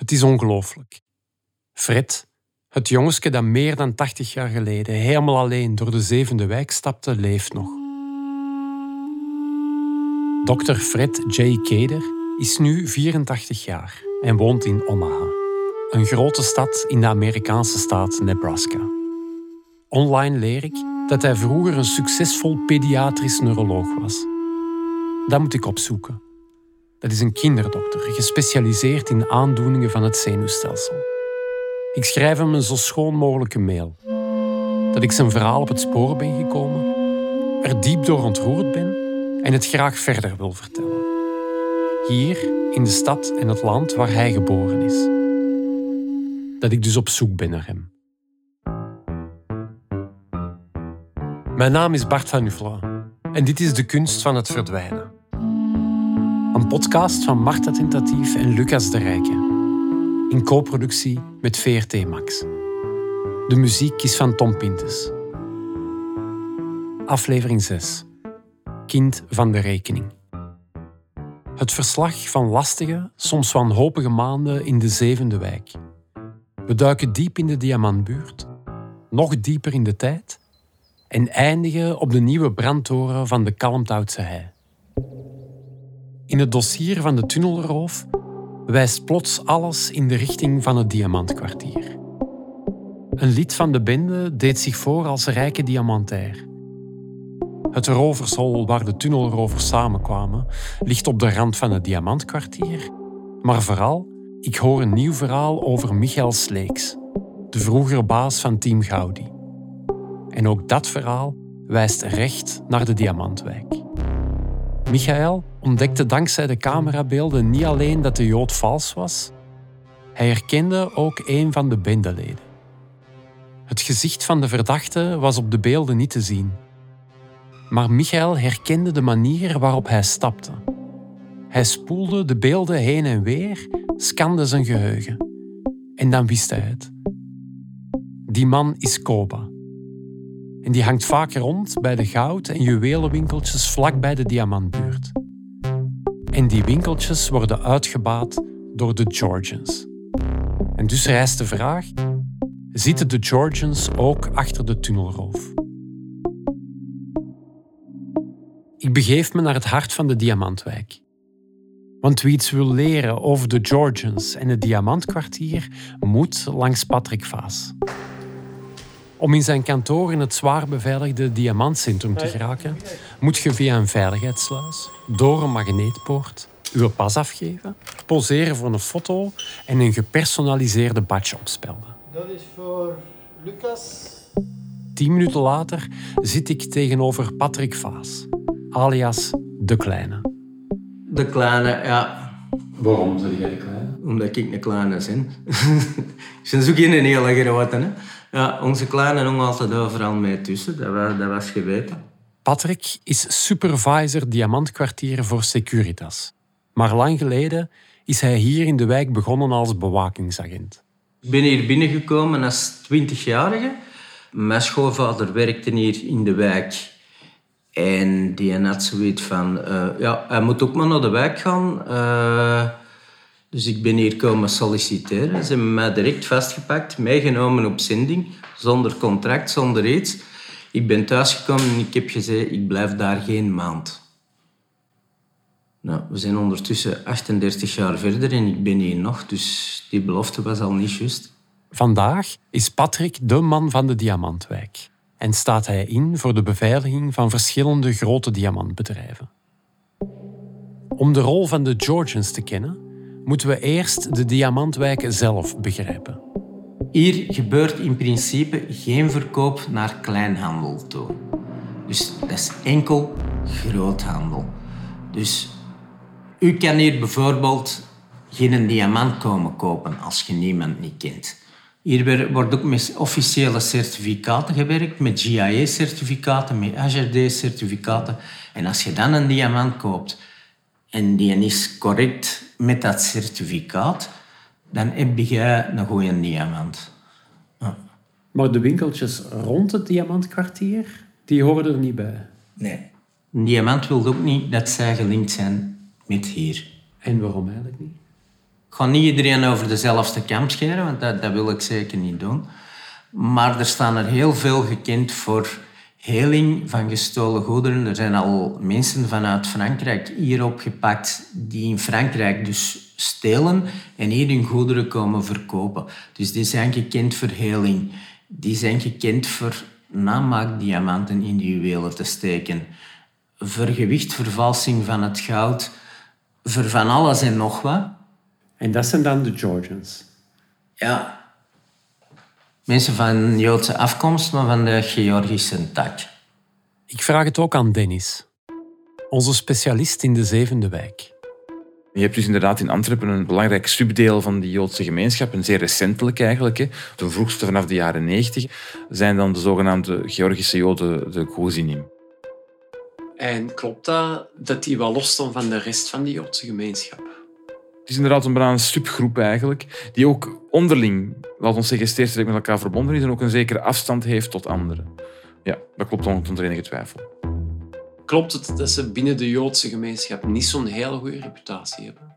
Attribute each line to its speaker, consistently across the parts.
Speaker 1: Het is ongelooflijk. Fred, het jongske dat meer dan 80 jaar geleden helemaal alleen door de 7e wijk stapte, leeft nog. Dr. Fred J. Keder is nu 84 jaar en woont in Omaha, een grote stad in de Amerikaanse staat Nebraska. Online leer ik dat hij vroeger een succesvol pediatrisch neuroloog was. Dat moet ik opzoeken. Dat is een kinderdokter, gespecialiseerd in aandoeningen van het zenuwstelsel. Ik schrijf hem een zo schoon mogelijke mail. Dat ik zijn verhaal op het spoor ben gekomen, er diep door ontroerd ben en het graag verder wil vertellen. Hier, in de stad en het land waar hij geboren is. Dat ik dus op zoek ben naar hem. Mijn naam is Bart van Nuffelen en dit is De Kunst van het Verdwijnen. Een podcast van Marta Tentatief en Lucas de Rijke. In co-productie met VRT Max. De muziek is van Tom Pintes. Aflevering 6. Kind van de rekening. Het verslag van lastige, soms wanhopige maanden in de 7e wijk. We duiken diep in de Diamantbuurt, nog dieper in de tijd en eindigen op de nieuwe brandtoren van de Kalmthoutse hei. In het dossier van de tunnelroof wijst plots alles in de richting van het Diamantkwartier. Een lid van de bende deed zich voor als rijke diamantair. Het rovershol waar de tunnelrovers samenkwamen ligt op de rand van het Diamantkwartier, maar vooral, ik hoor een nieuw verhaal over Michael Sleeks, de vroegere baas van Team Gaudi. En ook dat verhaal wijst recht naar de Diamantwijk. Michael ontdekte dankzij de camerabeelden niet alleen dat de Jood vals was, hij herkende ook een van de bendeleden. Het gezicht van de verdachte was op de beelden niet te zien. Maar Michael herkende de manier waarop hij stapte. Hij spoelde de beelden heen en weer, scande zijn geheugen. En dan wist hij het. Die man is Koba. En die hangt vaak rond bij de goud- en juwelenwinkeltjes vlak bij de Diamantbuurt. En die winkeltjes worden uitgebaat door de Georgians. En dus rijst de vraag, zitten de Georgians ook achter de tunnelroof? Ik begeef me naar het hart van de Diamantwijk. Want wie iets wil leren over de Georgians en het Diamantkwartier, moet langs Patrick Vaas. Om in zijn kantoor in het zwaar beveiligde Diamantcentrum te geraken, moet je via een veiligheidssluis, door een magneetpoort, uw pas afgeven, poseren voor een foto en een gepersonaliseerde badge opspelden.
Speaker 2: Dat is voor Lucas.
Speaker 1: 10 minuten later zit ik tegenover Patrick Vaas, alias De Kleine.
Speaker 3: De Kleine, ja.
Speaker 1: Waarom zeg jij De Kleine?
Speaker 3: Omdat ik een kleine ben. Ik ben zo geen hele grote. Hè. Ja, onze Kleine hong altijd overal mee tussen, dat was geweten.
Speaker 1: Patrick is supervisor Diamantkwartier voor Securitas. Maar lang geleden is hij hier in de wijk begonnen als bewakingsagent.
Speaker 3: Ik ben hier binnengekomen als 20-jarige. Mijn schoonvader werkte hier in de wijk. En die had zoiets van... hij moet ook maar naar de wijk gaan. Dus ik ben hier komen solliciteren. Ze hebben mij direct vastgepakt, meegenomen op zending. Zonder contract, zonder iets. Ik ben thuisgekomen en ik heb gezegd, ik blijf daar geen maand. Nou, we zijn ondertussen 38 jaar verder en ik ben hier nog. Dus die belofte was al niet juist.
Speaker 1: Vandaag is Patrick de man van de Diamantwijk. En staat hij in voor de beveiliging van verschillende grote diamantbedrijven. Om de rol van de Georgians te kennen, moeten we eerst de Diamantwijk zelf begrijpen.
Speaker 3: Hier gebeurt in principe geen verkoop naar kleinhandel toe. Dus dat is enkel groothandel. Dus u kan hier bijvoorbeeld geen diamant komen kopen als je niemand niet kent. Hier wordt ook met officiële certificaten gewerkt, met GIA-certificaten, met HRD-certificaten. En als je dan een diamant koopt en die is correct met dat certificaat, dan heb je een goede diamant. Ja.
Speaker 1: Maar de winkeltjes rond het Diamantkwartier, die horen er niet bij.
Speaker 3: Nee. Een diamant wil ook niet dat zij gelinkt zijn met hier.
Speaker 1: En waarom eigenlijk niet?
Speaker 3: Ik ga niet iedereen over dezelfde kam scheren, want dat wil ik zeker niet doen. Maar er staan er heel veel gekend voor heling van gestolen goederen. Er zijn al mensen vanuit Frankrijk hier opgepakt die in Frankrijk dus stelen en hier hun goederen komen verkopen. Dus die zijn gekend voor heling. Die zijn gekend voor namaakdiamanten in de juwelen te steken. Voor gewichtvervalsing van het goud. Voor van alles en nog wat.
Speaker 1: En dat zijn dan de Georgians?
Speaker 3: Ja. Mensen van Joodse afkomst, maar van de Georgische tak.
Speaker 1: Ik vraag het ook aan Dennis, onze specialist in de Zevende Wijk.
Speaker 4: Je hebt dus inderdaad in Antwerpen een belangrijk subdeel van die Joodse gemeenschap, een zeer recentelijk eigenlijk. De vroegste vanaf de jaren 90 zijn dan de zogenaamde Georgische Joden, de Kozinim.
Speaker 1: En klopt dat die wel losstaan van de rest van die Joodse gemeenschap?
Speaker 4: Het is inderdaad een subgroep eigenlijk, die ook onderling, laten we zeggen, steeds met elkaar verbonden is en ook een zekere afstand heeft tot anderen. Ja, dat klopt zonder enige twijfel.
Speaker 1: Klopt het dat ze binnen de Joodse gemeenschap niet zo'n hele goede reputatie hebben?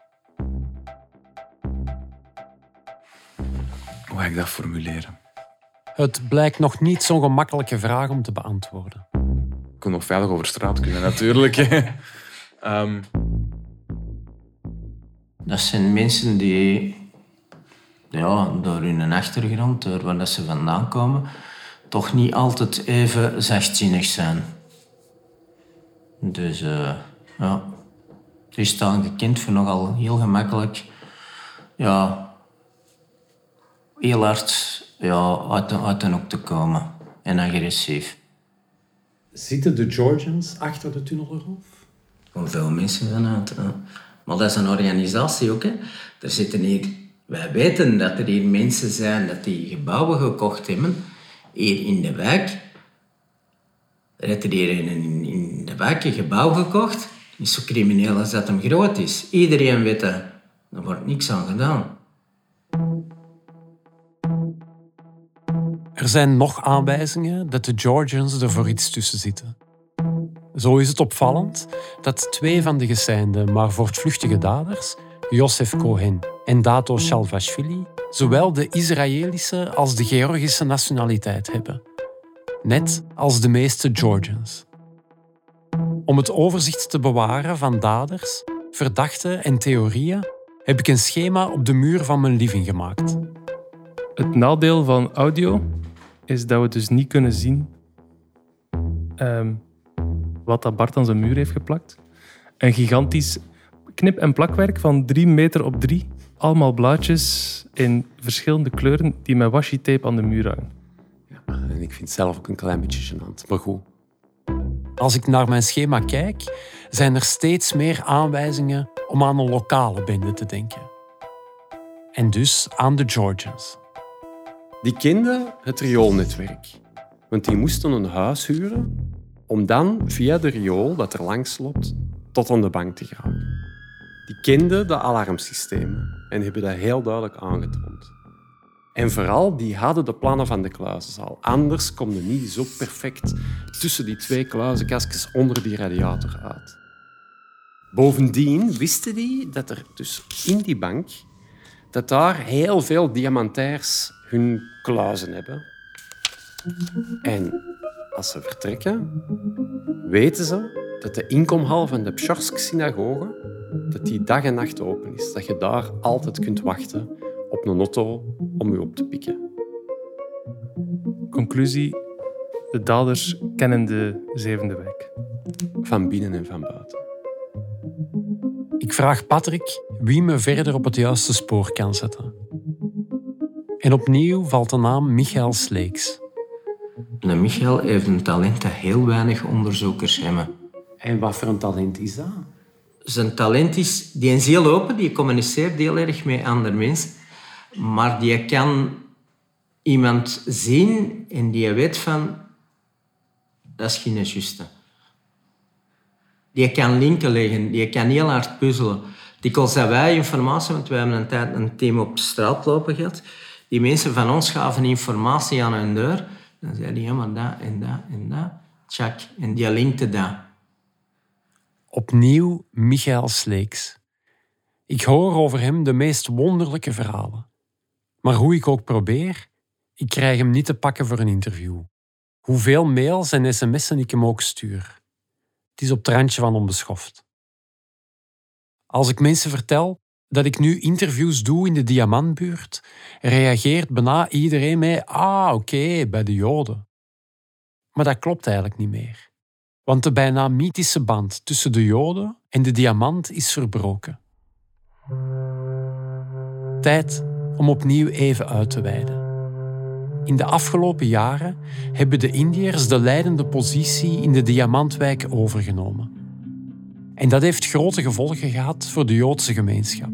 Speaker 4: Hoe ga ik dat formuleren?
Speaker 1: Het blijkt nog niet zo'n gemakkelijke vraag om te beantwoorden.
Speaker 4: Ik kon nog veilig over straat kunnen, natuurlijk.
Speaker 3: Dat zijn mensen die door hun achtergrond, door waar ze vandaan komen, toch niet altijd even zachtzinnig zijn. Dus die staan gekend voor nogal heel gemakkelijk, heel hard uit de hoek te komen en agressief.
Speaker 1: Zitten de Georgians achter de tunnelroof?
Speaker 3: Er komen veel mensen vanuit. Maar dat is een organisatie ook. Hè. Er zitten hier, wij weten dat er hier mensen zijn dat die gebouwen gekocht hebben, hier in de wijk. Er heeft er hier in de wijk een gebouw gekocht. Niet zo crimineel als dat hem groot is. Iedereen weet dat. Er wordt niks aan gedaan.
Speaker 1: Er zijn nog aanwijzingen dat de Georgians er voor iets tussen zitten. Zo is het opvallend dat 2 van de gesijnde, maar voortvluchtige daders, Yosef Cohen en Dato Shalvashvili, zowel de Israëlische als de Georgische nationaliteit hebben. Net als de meeste Georgians. Om het overzicht te bewaren van daders, verdachten en theorieën heb ik een schema op de muur van mijn living gemaakt.
Speaker 5: Het nadeel van audio is dat we dus niet kunnen zien wat dat Bart aan zijn muur heeft geplakt. Een gigantisch knip- en plakwerk van 3 meter op 3. Allemaal blaadjes in verschillende kleuren die met washi-tape aan de muur hangen.
Speaker 1: Ja, en ik vind het zelf ook een klein beetje gênant, maar goed. Als ik naar mijn schema kijk, zijn er steeds meer aanwijzingen om aan een lokale bende te denken. En dus aan de Georgians. Die kenden het rioolnetwerk, want die moesten een huis huren om dan via de riool dat er langs loopt tot aan de bank te geraken. Die kenden de alarmsystemen en hebben dat heel duidelijk aangetoond. En vooral, die hadden de plannen van de kluizenzaal. Anders kom je niet zo perfect tussen die 2 kluizenkastjes onder die radiator uit. Bovendien wisten die dat er dus in die bank dat daar heel veel diamantairs hun kluizen hebben. En als ze vertrekken, weten ze dat de inkomhal van de Pschorsk-synagoge dat die dag en nacht open is. Dat je daar altijd kunt wachten op een auto om je op te pikken.
Speaker 5: Conclusie: de daders kennen de Zevende Wijk.
Speaker 1: Van binnen en van buiten. Ik vraag Patrick wie me verder op het juiste spoor kan zetten. En opnieuw valt de naam Michael Sleeks.
Speaker 3: De Michael heeft een talent dat heel weinig onderzoekers hebben.
Speaker 1: En wat voor een talent is dat?
Speaker 3: Zijn talent is, die is heel open, die communiceert heel erg met andere mensen. Maar die kan iemand zien en die weet van, dat is geen juiste. Die kan linken leggen, die kan heel hard puzzelen. Dikwijls hebben wij informatie, want wij hebben een tijd een team op straat lopen gehad. Die mensen van ons gaven informatie aan hun deur. Dan zeiden die, ja, maar dat en dat en dat. Tjak, en die linkte dat.
Speaker 1: Opnieuw Michael Sleeks. Ik hoor over hem de meest wonderlijke verhalen. Maar hoe ik ook probeer, ik krijg hem niet te pakken voor een interview. Hoeveel mails en sms'en ik hem ook stuur. Het is op het randje van onbeschoft. Als ik mensen vertel dat ik nu interviews doe in de Diamantbuurt, reageert bijna iedereen met oké, bij de Joden. Maar dat klopt eigenlijk niet meer. Want de bijna mythische band tussen de Joden en de diamant is verbroken. Tijd om opnieuw even uit te wijden. In de afgelopen jaren hebben de Indiërs de leidende positie in de Diamantwijk overgenomen. En dat heeft grote gevolgen gehad voor de Joodse gemeenschap.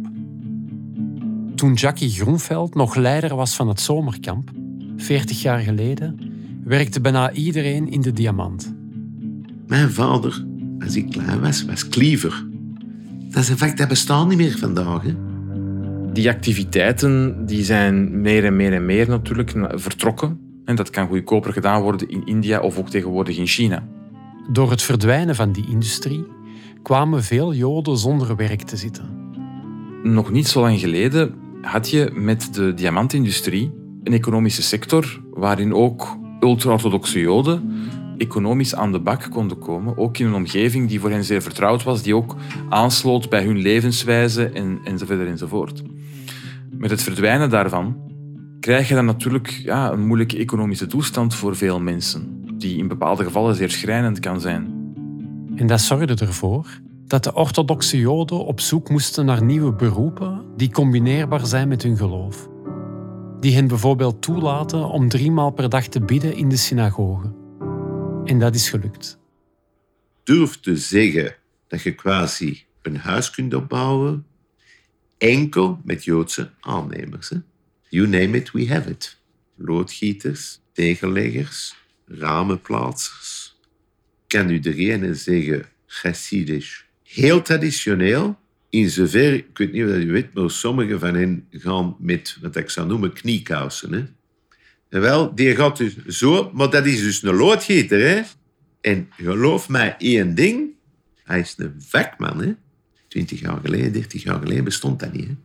Speaker 1: Toen Jackie Groenveld nog leider was van het zomerkamp, 40 jaar geleden, werkte bijna iedereen in de Diamant.
Speaker 6: Mijn vader, als ik klein was kliever. Dat is een vak dat bestaat niet meer vandaag. Hè?
Speaker 4: Die activiteiten die zijn meer en meer natuurlijk vertrokken. En dat kan goedkoper gedaan worden in India of ook tegenwoordig in China.
Speaker 1: Door het verdwijnen van die industrie kwamen veel Joden zonder werk te zitten.
Speaker 4: Nog niet zo lang geleden had je met de diamantindustrie een economische sector waarin ook ultra-orthodoxe Joden economisch aan de bak konden komen, ook in een omgeving die voor hen zeer vertrouwd was, die ook aansloot bij hun levenswijze enzovoort enzovoort. Met het verdwijnen daarvan krijg je dan natuurlijk een moeilijke economische toestand voor veel mensen, die in bepaalde gevallen zeer schrijnend kan zijn.
Speaker 1: En dat zorgde ervoor dat de orthodoxe Joden op zoek moesten naar nieuwe beroepen die combineerbaar zijn met hun geloof. Die hen bijvoorbeeld toelaten om 3 maal per dag te bidden in de synagoge. En dat is gelukt.
Speaker 6: Durf te zeggen dat je quasi een huis kunt opbouwen, enkel met Joodse aannemers. Hè? You name it, we have it. Loodgieters, tegelleggers, ramenplaatsers. Kan u de ene zeggen, chassidisch. Heel traditioneel, in zover, ik weet niet of u weet, maar sommige van hen gaan met wat ik zou noemen kniekousen. Hè? En wel, die gaat dus zo, maar dat is dus een loodgieter. Hè? En geloof mij één ding, hij is een vakman. Hè? 20 jaar geleden, 30 jaar geleden bestond dat niet. Hè?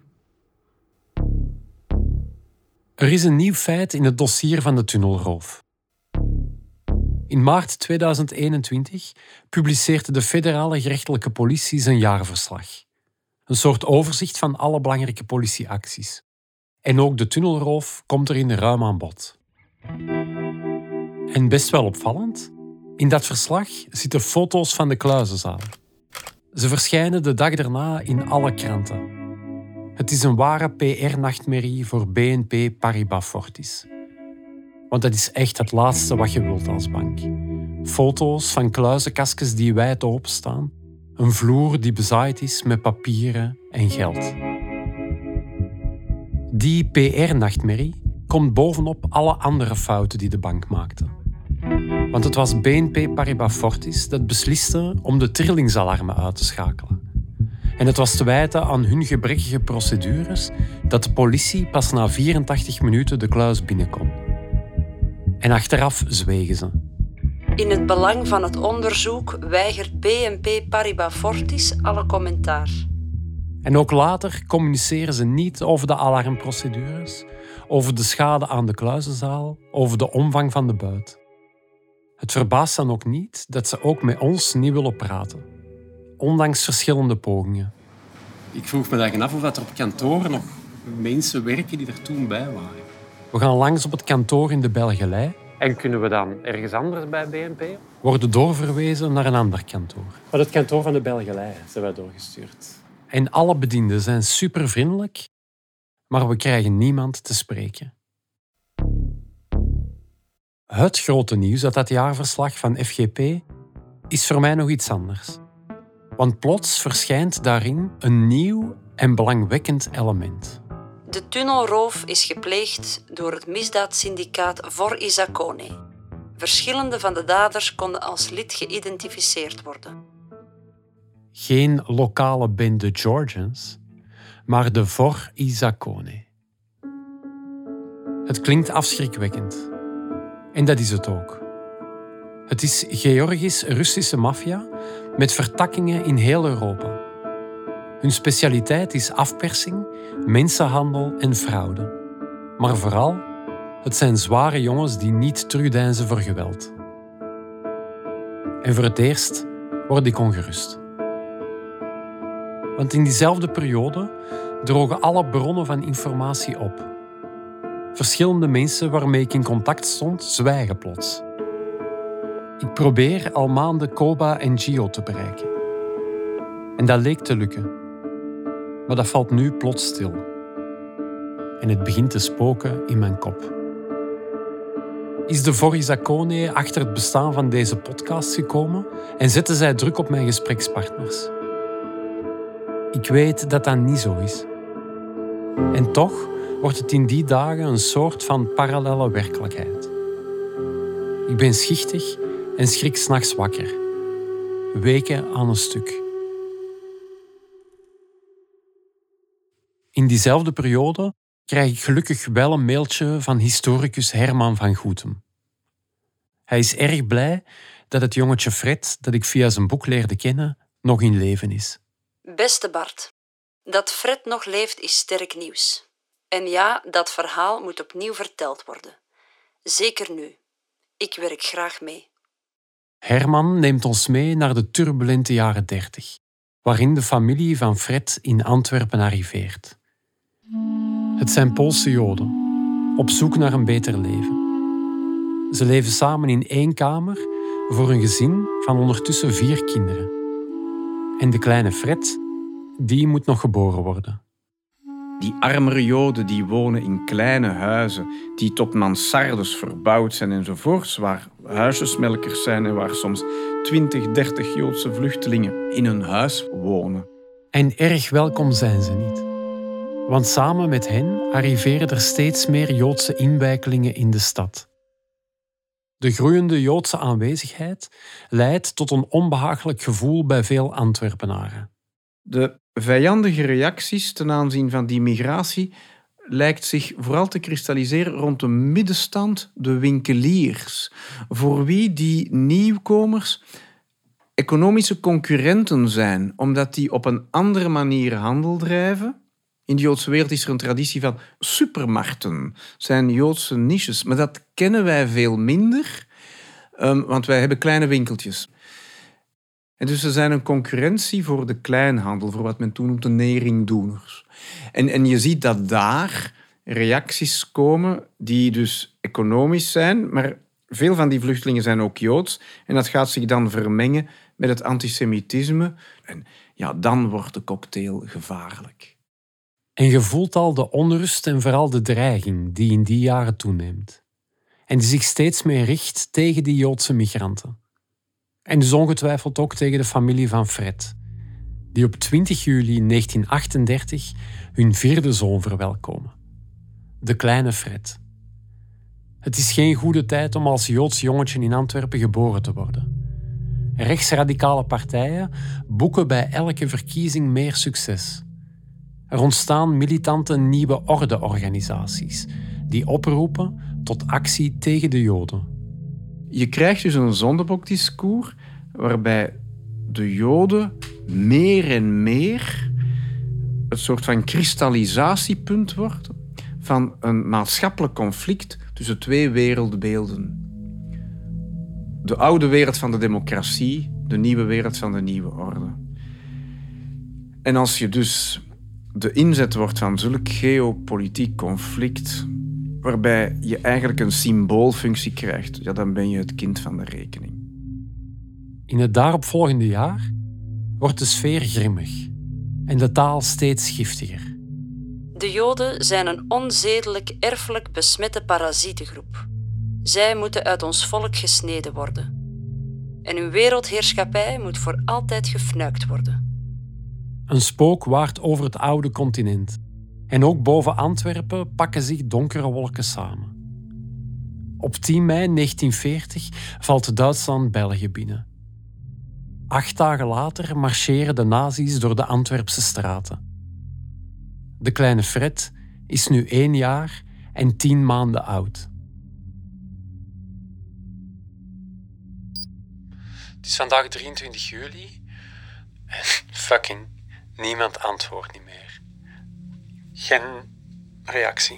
Speaker 1: Er is een nieuw feit in het dossier van de tunnelroof. In maart 2021 publiceerde de federale gerechtelijke politie zijn jaarverslag. Een soort overzicht van alle belangrijke politieacties. En ook de tunnelroof komt erin ruim aan bod. En best wel opvallend, in dat verslag zitten foto's van de kluizenzaal. Ze verschijnen de dag daarna in alle kranten. Het is een ware PR-nachtmerrie voor BNP Paribas Fortis. Want dat is echt het laatste wat je wilt als bank. Foto's van kluizenkastjes die wijd openstaan. Een vloer die bezaaid is met papieren en geld. Die PR-nachtmerrie komt bovenop alle andere fouten die de bank maakte. Want het was BNP Paribas Fortis dat besliste om de trillingsalarmen uit te schakelen. En het was te wijten aan hun gebrekkige procedures dat de politie pas na 84 minuten de kluis binnen kon. En achteraf zwegen ze.
Speaker 7: In het belang van het onderzoek weigert BNP Paribas Fortis alle commentaar.
Speaker 1: En ook later communiceren ze niet over de alarmprocedures, over de schade aan de kluizenzaal, over de omvang van de buit. Het verbaast dan ook niet dat ze ook met ons niet willen praten, ondanks verschillende pogingen.
Speaker 8: Ik vroeg me dan af of er op kantoor nog mensen werken die er toen bij waren.
Speaker 1: We gaan langs op het kantoor in de Belgelei. En kunnen we dan ergens anders bij BNP? Worden doorverwezen naar een ander kantoor.
Speaker 8: Maar het kantoor van de Belgelei zijn wij doorgestuurd.
Speaker 1: En alle bedienden zijn supervriendelijk, maar we krijgen niemand te spreken. Het grote nieuws uit dat jaarverslag van FGP is voor mij nog iets anders. Want plots verschijnt daarin een nieuw en belangwekkend element.
Speaker 7: De tunnelroof is gepleegd door het misdaadsyndicaat For Isakone. Verschillende van de daders konden als lid geïdentificeerd worden.
Speaker 1: Geen lokale bende Georgians, maar de For Isakone. Het klinkt afschrikwekkend. En dat is het ook. Het is Georgisch-Russische maffia met vertakkingen in heel Europa. Hun specialiteit is afpersing, mensenhandel en fraude. Maar vooral, het zijn zware jongens die niet terugdeinzen voor geweld. En voor het eerst word ik ongerust. Want in diezelfde periode drogen alle bronnen van informatie op. Verschillende mensen waarmee ik in contact stond, zwijgen plots. Ik probeer al maanden Koba en Gio te bereiken. En dat leek te lukken. Maar dat valt nu plots stil. En het begint te spoken in mijn kop. Is de Voor Isakone achter het bestaan van deze podcast gekomen en zetten zij druk op mijn gesprekspartners? Ik weet dat dat niet zo is. En toch wordt het in die dagen een soort van parallelle werkelijkheid. Ik ben schichtig en schrik 's nachts wakker. Weken aan een stuk. In diezelfde periode krijg ik gelukkig wel een mailtje van historicus Herman van Goethem. Hij is erg blij dat het jongetje Fred, dat ik via zijn boek leerde kennen, nog in leven is.
Speaker 7: Beste Bart, dat Fred nog leeft is sterk nieuws. En ja, dat verhaal moet opnieuw verteld worden. Zeker nu. Ik werk graag mee.
Speaker 1: Herman neemt ons mee naar de turbulente jaren 30, waarin de familie van Fred in Antwerpen arriveert. Het zijn Poolse Joden, op zoek naar een beter leven. Ze leven samen in 1 kamer voor een gezin van ondertussen 4 kinderen. En de kleine Fred, die moet nog geboren worden.
Speaker 9: Die armere Joden die wonen in kleine huizen die tot mansardes verbouwd zijn enzovoorts, waar huisjesmelkers zijn en waar soms 20, 30 Joodse vluchtelingen in een huis wonen.
Speaker 1: En erg welkom zijn ze niet. Want samen met hen arriveren er steeds meer Joodse inwijkelingen in de stad. De groeiende Joodse aanwezigheid leidt tot een onbehagelijk gevoel bij veel Antwerpenaren.
Speaker 9: De vijandige reacties ten aanzien van die migratie lijkt zich vooral te kristalliseren rond de middenstand, de winkeliers, voor wie die nieuwkomers economische concurrenten zijn, omdat die op een andere manier handel drijven. In de Joodse wereld is er een traditie van supermarkten, zijn Joodse niches, maar dat kennen wij veel minder, want wij hebben kleine winkeltjes. En dus ze zijn een concurrentie voor de kleinhandel, voor wat men toen noemt de neringdoeners. En je ziet dat daar reacties komen die dus economisch zijn, maar veel van die vluchtelingen zijn ook Joods. En dat gaat zich dan vermengen met het antisemitisme. En ja, dan wordt de cocktail gevaarlijk.
Speaker 1: En je voelt al de onrust en vooral de dreiging die in die jaren toeneemt. En die zich steeds meer richt tegen die Joodse migranten. En dus ongetwijfeld ook tegen de familie van Fred, die op 20 juli 1938 hun 4e zoon verwelkomen. De kleine Fred. Het is geen goede tijd om als Joods jongetje in Antwerpen geboren te worden. Rechtsradicale partijen boeken bij elke verkiezing meer succes. Er ontstaan militante nieuwe orde-organisaties die oproepen tot actie tegen de Joden.
Speaker 9: Je krijgt dus een zondebokdiscours waarbij de Joden meer en meer het soort van kristallisatiepunt worden van een maatschappelijk conflict tussen 2 wereldbeelden. De oude wereld van de democratie, de nieuwe wereld van de nieuwe orde. En als je dus de inzet wordt van zulk geopolitiek conflict, waarbij je eigenlijk een symboolfunctie krijgt, ja, dan ben je het kind van de rekening.
Speaker 1: In het daaropvolgende jaar wordt de sfeer grimmig en de taal steeds giftiger.
Speaker 7: De Joden zijn een onzedelijk, erfelijk besmette parasietengroep. Zij moeten uit ons volk gesneden worden. En hun wereldheerschappij moet voor altijd gefnuikt worden.
Speaker 1: Een spook waart over het oude continent. En ook boven Antwerpen pakken zich donkere wolken samen. Op 10 mei 1940 valt Duitsland België binnen. 8 dagen later marcheren de nazi's door de Antwerpse straten. De kleine Fred is nu 1 jaar en 10 maanden oud. Het is vandaag 23 juli en fucking Niemand antwoordt niet meer. Geen reactie.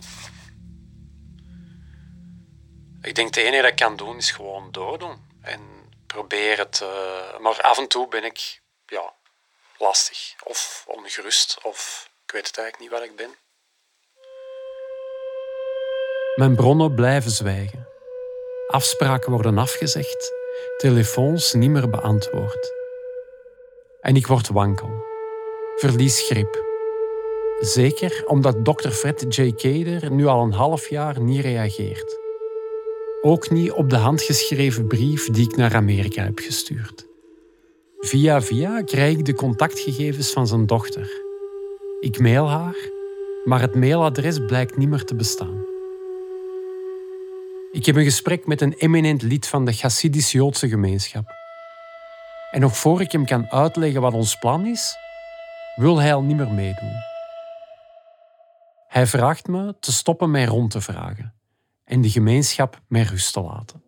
Speaker 1: Ik denk het enige dat ik kan doen is gewoon doordoen. En probeer het... Maar af en toe ben ik lastig. Of ongerust. Of ik weet het eigenlijk niet wat ik ben. Mijn bronnen blijven zwijgen. Afspraken worden afgezegd. Telefoons niet meer beantwoord. En ik word wankel. Verlies grip. Zeker omdat Dr. Fred J. Kader nu al een half jaar niet reageert. Ook niet op de handgeschreven brief die ik naar Amerika heb gestuurd. Via krijg ik de contactgegevens van zijn dochter. Ik mail haar, maar het mailadres blijkt niet meer te bestaan. Ik heb een gesprek met een eminent lid van de Chassidisch-Joodse gemeenschap. En nog voor ik hem kan uitleggen wat ons plan is, wil hij al niet meer meedoen. Hij vraagt me te stoppen mij rond te vragen en de gemeenschap met rust te laten.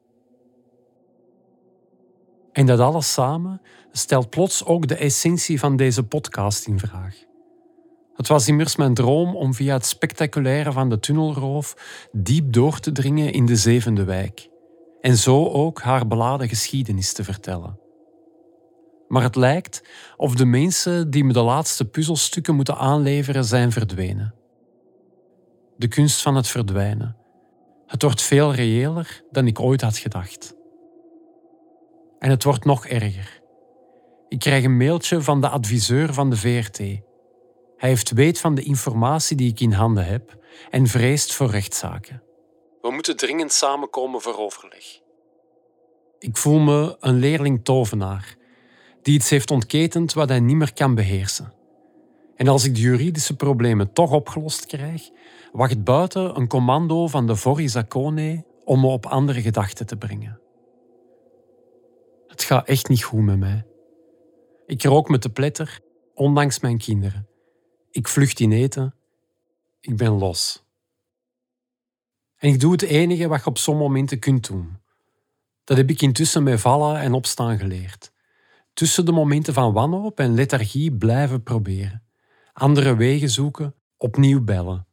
Speaker 1: En dat alles samen stelt plots ook de essentie van deze podcast in vraag. Het was immers mijn droom om via het spectaculaire van de tunnelroof diep door te dringen in de 7e wijk en zo ook haar beladen geschiedenis te vertellen. Maar het lijkt of de mensen die me de laatste puzzelstukken moeten aanleveren zijn verdwenen. De kunst van het verdwijnen. Het wordt veel reëler dan ik ooit had gedacht. En het wordt nog erger. Ik krijg een mailtje van de adviseur van de VRT. Hij heeft weet van de informatie die ik in handen heb en vreest voor rechtszaken. We moeten dringend samenkomen voor overleg. Ik voel me een leerling-tovenaar die iets heeft ontketend wat hij niet meer kan beheersen. En als ik de juridische problemen toch opgelost krijg, wacht buiten een commando van de Fori Zaccone om me op andere gedachten te brengen. Het gaat echt niet goed met mij. Ik rook me te pletter, ondanks mijn kinderen. Ik vlucht in eten. Ik ben los. En ik doe het enige wat je op zo'n momenten kunt doen. Dat heb ik intussen met vallen en opstaan geleerd. Tussen de momenten van wanhoop en lethargie blijven proberen. Andere wegen zoeken, opnieuw bellen.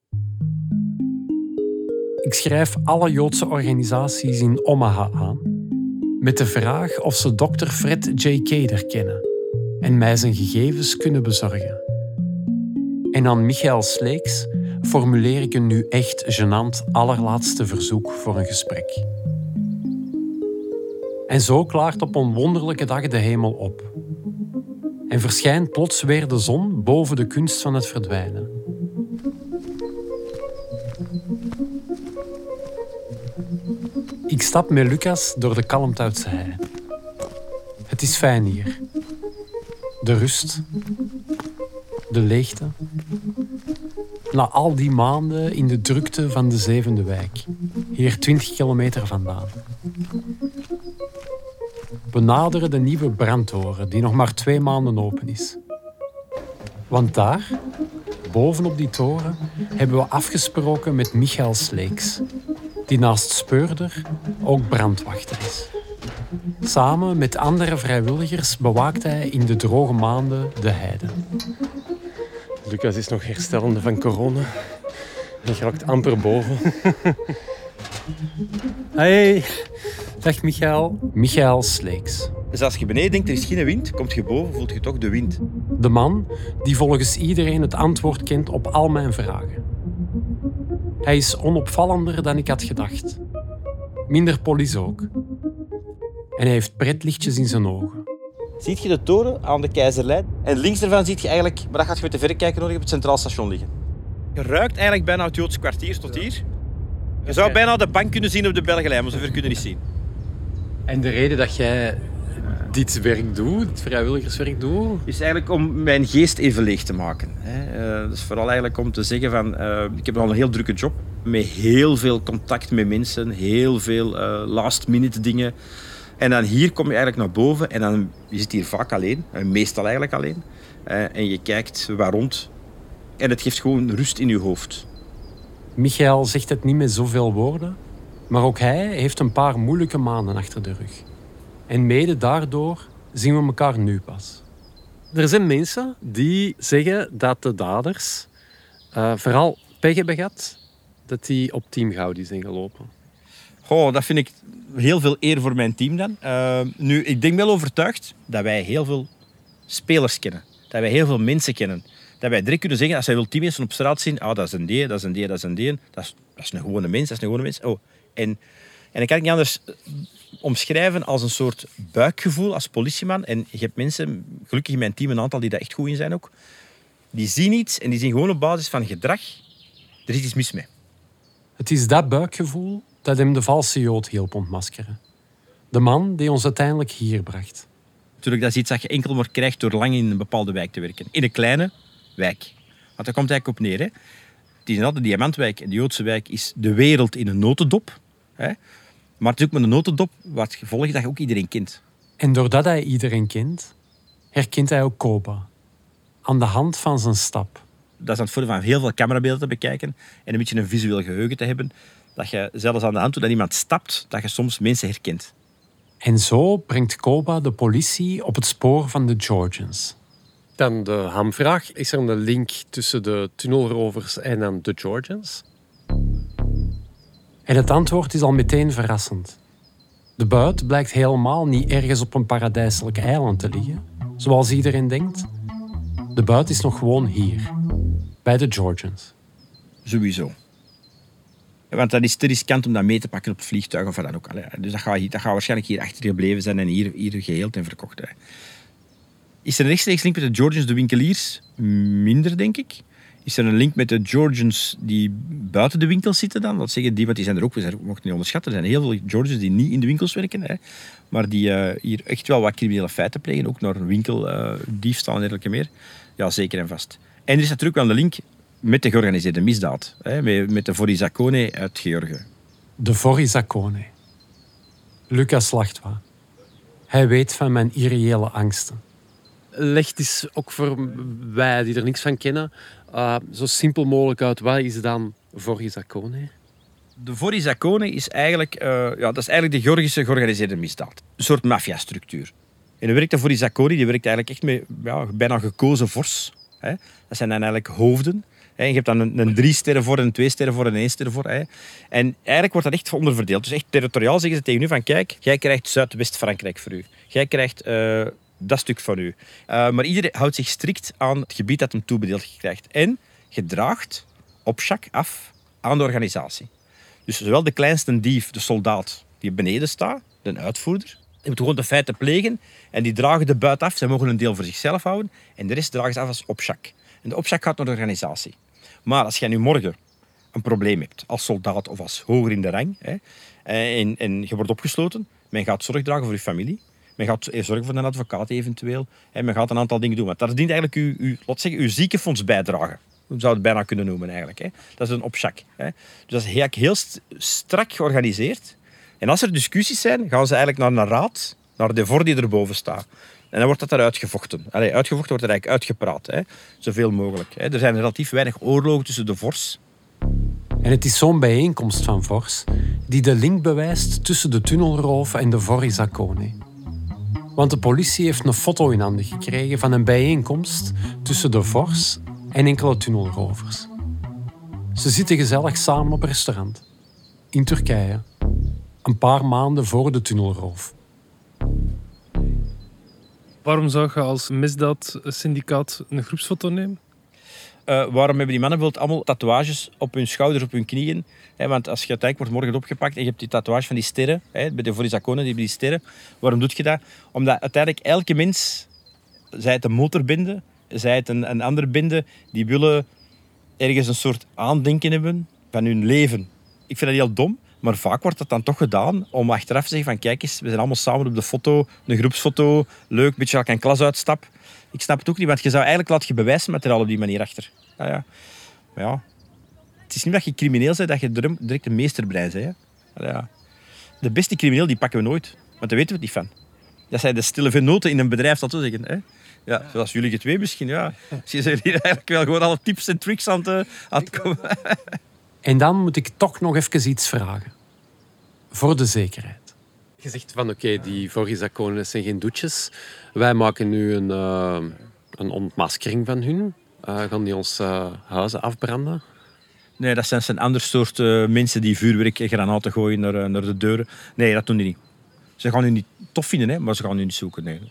Speaker 1: Ik schrijf alle Joodse organisaties in Omaha aan, met de vraag of ze Dr. Fred J. Kader kennen en mij zijn gegevens kunnen bezorgen. En aan Michael Sleeks formuleer ik een nu echt gênant allerlaatste verzoek voor een gesprek. En zo klaart op een wonderlijke dag de hemel op. En verschijnt plots weer de zon boven de kunst van het verdwijnen. Ik stap met Lucas door de Kalmthoutse hei. Het is fijn hier. De rust. De leegte. Na al die maanden in de drukte van de 7e wijk. Hier 20 kilometer vandaan. We naderen de nieuwe brandtoren die nog maar 2 maanden open is. Want daar, bovenop die toren, hebben we afgesproken met Michael Sleeks, die naast speurder ook brandwachter is. Samen met andere vrijwilligers bewaakt hij in de droge maanden de heide.
Speaker 8: Lucas is nog herstellende van corona. Hij raakt amper boven.
Speaker 1: Hey, dag Michael. Michael Sleeks.
Speaker 10: Dus als je beneden denkt, er is geen wind, komt je boven, voelt je toch de wind.
Speaker 1: De man die volgens iedereen het antwoord kent op al mijn vragen. Hij is onopvallender dan ik had gedacht. Minder police ook. En hij heeft pretlichtjes in zijn ogen.
Speaker 10: Ziet je de toren aan de Keizerlijn? En links daarvan zie je eigenlijk, maar dat gaat je met de verrekijker nodig, op het Centraal Station liggen. Je ruikt eigenlijk bijna het Joodse kwartier tot hier. Je zou bijna de bank kunnen zien op de Belgenlijn, maar zover kun je niet zien.
Speaker 1: En de reden dat jij dit werk doet, dit vrijwilligerswerk doet,
Speaker 10: is eigenlijk om mijn geest even leeg te maken. Dus vooral eigenlijk om te zeggen van, ik heb al een heel drukke job. Met heel veel contact met mensen, heel veel last-minute dingen. En dan hier kom je eigenlijk naar boven en dan je zit hier vaak alleen, meestal eigenlijk alleen. En je kijkt waar rond en het geeft gewoon rust in je hoofd.
Speaker 1: Michael zegt het niet met zoveel woorden, maar ook hij heeft een paar moeilijke maanden achter de rug. En mede daardoor zien we elkaar nu pas.
Speaker 8: Er zijn mensen die zeggen dat de daders vooral pech hebben gehad dat die op Team Gaudi zijn gelopen.
Speaker 10: Goh, dat vind ik heel veel eer voor mijn team dan. Nu, ik ben wel overtuigd dat wij heel veel spelers kennen. Dat wij heel veel mensen kennen. Dat wij direct kunnen zeggen, als wij wel 10 mensen op straat zien, dat is een die, dat is een die, dat is een die. Dat is een gewone mens, dat is een gewone mens. Oh. En dat kan ik niet anders omschrijven als een soort buikgevoel als politieman. En je hebt mensen, gelukkig in mijn team een aantal die daar echt goed in zijn ook, die zien iets en die zien gewoon op basis van gedrag, er is iets mis mee.
Speaker 1: Het is dat buikgevoel dat hem de valse Jood hielp ontmaskeren. De man die ons uiteindelijk hier bracht.
Speaker 10: Natuurlijk, dat is iets dat je enkel maar krijgt door lang in een bepaalde wijk te werken. In een kleine wijk. Want daar komt het eigenlijk op neer. Hè. Het is de Diamantwijk en de Joodse wijk is de wereld in een notendop. Hè. Maar het is ook met een notendop wat gevolg is dat je ook iedereen kent.
Speaker 1: En doordat hij iedereen kent, herkent hij ook Koba. Aan de hand van zijn stap.
Speaker 10: Dat is aan het voordeel van heel veel camerabeelden te bekijken en een beetje een visueel geheugen te hebben. Dat je zelfs aan de hand doet dat iemand stapt, dat je soms mensen herkent.
Speaker 1: En zo brengt Koba de politie op het spoor van de Georgians.
Speaker 8: Dan de hamvraag. Is er een link tussen de tunnelrovers en dan de Georgians?
Speaker 1: En het antwoord is al meteen verrassend. De buit blijkt helemaal niet ergens op een paradijselijk eiland te liggen, zoals iedereen denkt. De buit is nog gewoon hier, bij de Georgians.
Speaker 10: Sowieso. Want dat is te riskant om dat mee te pakken op het vliegtuig of wat dan ook. Dus dat gaat waarschijnlijk hier achter gebleven zijn en hier geheeld en verkocht. Hè. Is er een rechtstreeks link met de Georgians, de winkeliers? Minder, denk ik. Is er een link met de Georgians die buiten de winkels zitten dan? Dat zeggen die, want die zijn er ook, we mochten niet onderschatten. Er zijn heel veel Georgians die niet in de winkels werken, hè, maar die hier echt wel wat criminele feiten plegen, ook naar winkeldiefstal en dergelijke meer. Ja, zeker en vast. En er is natuurlijk wel een link met de georganiseerde misdaad, hè, met de Vorizakone uit Georgië.
Speaker 1: De Vorizakone. Lucas Slachtwa. Hij weet van mijn irreële angsten.
Speaker 8: Legt eens ook voor wij die er niks van kennen, zo simpel mogelijk uit. Wat is dan Vorizakone?
Speaker 10: De Vorizakone is eigenlijk, dat is eigenlijk de Georgische georganiseerde misdaad. Een soort maffiastructuur. En dan werkt de Vorizakone, die werkt eigenlijk echt met bijna gekozen vors. Hè. Dat zijn dan eigenlijk hoofden. Hè. Je hebt dan een 3 sterren voor, een 2 sterren voor en een 1 ster voor. Hè. En eigenlijk wordt dat echt onderverdeeld. Dus echt territoriaal zeggen ze tegen u van kijk, jij krijgt Zuidwest-Frankrijk voor u. Jij krijgt dat stuk van u. Maar iedereen houdt zich strikt aan het gebied dat hem toebedeeld krijgt. En gedraagt op chak af aan de organisatie. Dus zowel de kleinste dief, de soldaat die beneden staat, de uitvoerder, die moet gewoon de feiten plegen en die dragen de buit af. Zij mogen een deel voor zichzelf houden en de rest dragen ze af als opchak. En de opchak gaat naar de organisatie. Maar als jij nu morgen een probleem hebt, als soldaat of als hoger in de rang, hè, en je wordt opgesloten, men gaat zorg dragen voor je familie, men gaat zorgen voor een advocaat eventueel, en men gaat een aantal dingen doen. Want dat dient eigenlijk uw ziekenfonds bijdragen. We zouden het bijna kunnen noemen eigenlijk. Hè. Dat is een opchak. Hè. Dus dat is eigenlijk heel strak georganiseerd. En als er discussies zijn, gaan ze eigenlijk naar een raad, naar de voor die erboven staat. En dan wordt dat daaruit gevochten. Uitgevochten wordt er eigenlijk uitgepraat. Hè. Zoveel mogelijk. Hè. Er zijn relatief weinig oorlogen tussen de vors.
Speaker 1: En het is zo'n bijeenkomst van Vors die de link bewijst tussen de tunnelroof en de Vorizakone. Want de politie heeft een foto in handen gekregen van een bijeenkomst tussen de Vors en enkele tunnelrovers. Ze zitten gezellig samen op een restaurant. In Turkije. Een paar maanden voor de tunnelroof.
Speaker 5: Waarom zou je als misdaadsyndicaat een groepsfoto nemen?
Speaker 10: Waarom hebben die mannen bijvoorbeeld allemaal tatoeages op hun schouders, op hun knieën? Want als je uiteindelijk wordt morgen opgepakt en je hebt die tatoeage van die sterren, bij de Vorizakone, die hebben die sterren. Waarom doe je dat? Omdat uiteindelijk elke mens, zij het een motorbende, zij het een andere bende, die willen ergens een soort aandenken hebben van hun leven. Ik vind dat heel dom, maar vaak wordt dat dan toch gedaan om achteraf te zeggen van kijk eens, we zijn allemaal samen op de foto, een groepsfoto, leuk, een beetje als ik een klas uitstap. Ik snap het ook niet, want je zou eigenlijk laat je bewijsmateriaal op die manier achter. Ja. Maar ja, het is niet dat je crimineel bent, dat je direct een meesterbrein bent. Ja. De beste crimineel die pakken we nooit, want daar weten we het niet van. Dat zijn de stille venoten in een bedrijf, dat wil zeggen. Hè? Ja, zoals jullie twee misschien. Ja. Je zijn hier eigenlijk wel gewoon alle tips en tricks aan het komen.
Speaker 1: En dan moet ik toch nog even iets vragen. Voor de zekerheid.
Speaker 8: Je zegt van oké, die Vorizakone zijn geen doetjes. Wij maken nu een een ontmaskering van hun? Gaan die ons huizen afbranden?
Speaker 10: Nee, dat zijn ander soort mensen die vuurwerk en granaten gooien naar de deuren. Nee, dat doen die niet. Ze gaan u niet tof vinden, hè, maar ze gaan u niet zoeken. Nee.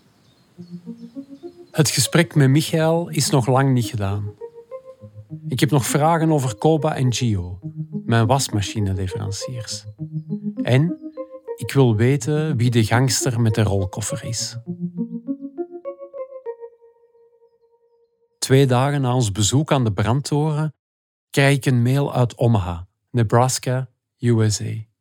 Speaker 1: Het gesprek met Michael is nog lang niet gedaan. Ik heb nog vragen over Koba en Gio, mijn wasmachineleveranciers. En ik wil weten wie de gangster met de rolkoffer is. 2 dagen na ons bezoek aan de brandtoren krijg ik een mail uit Omaha, Nebraska, USA.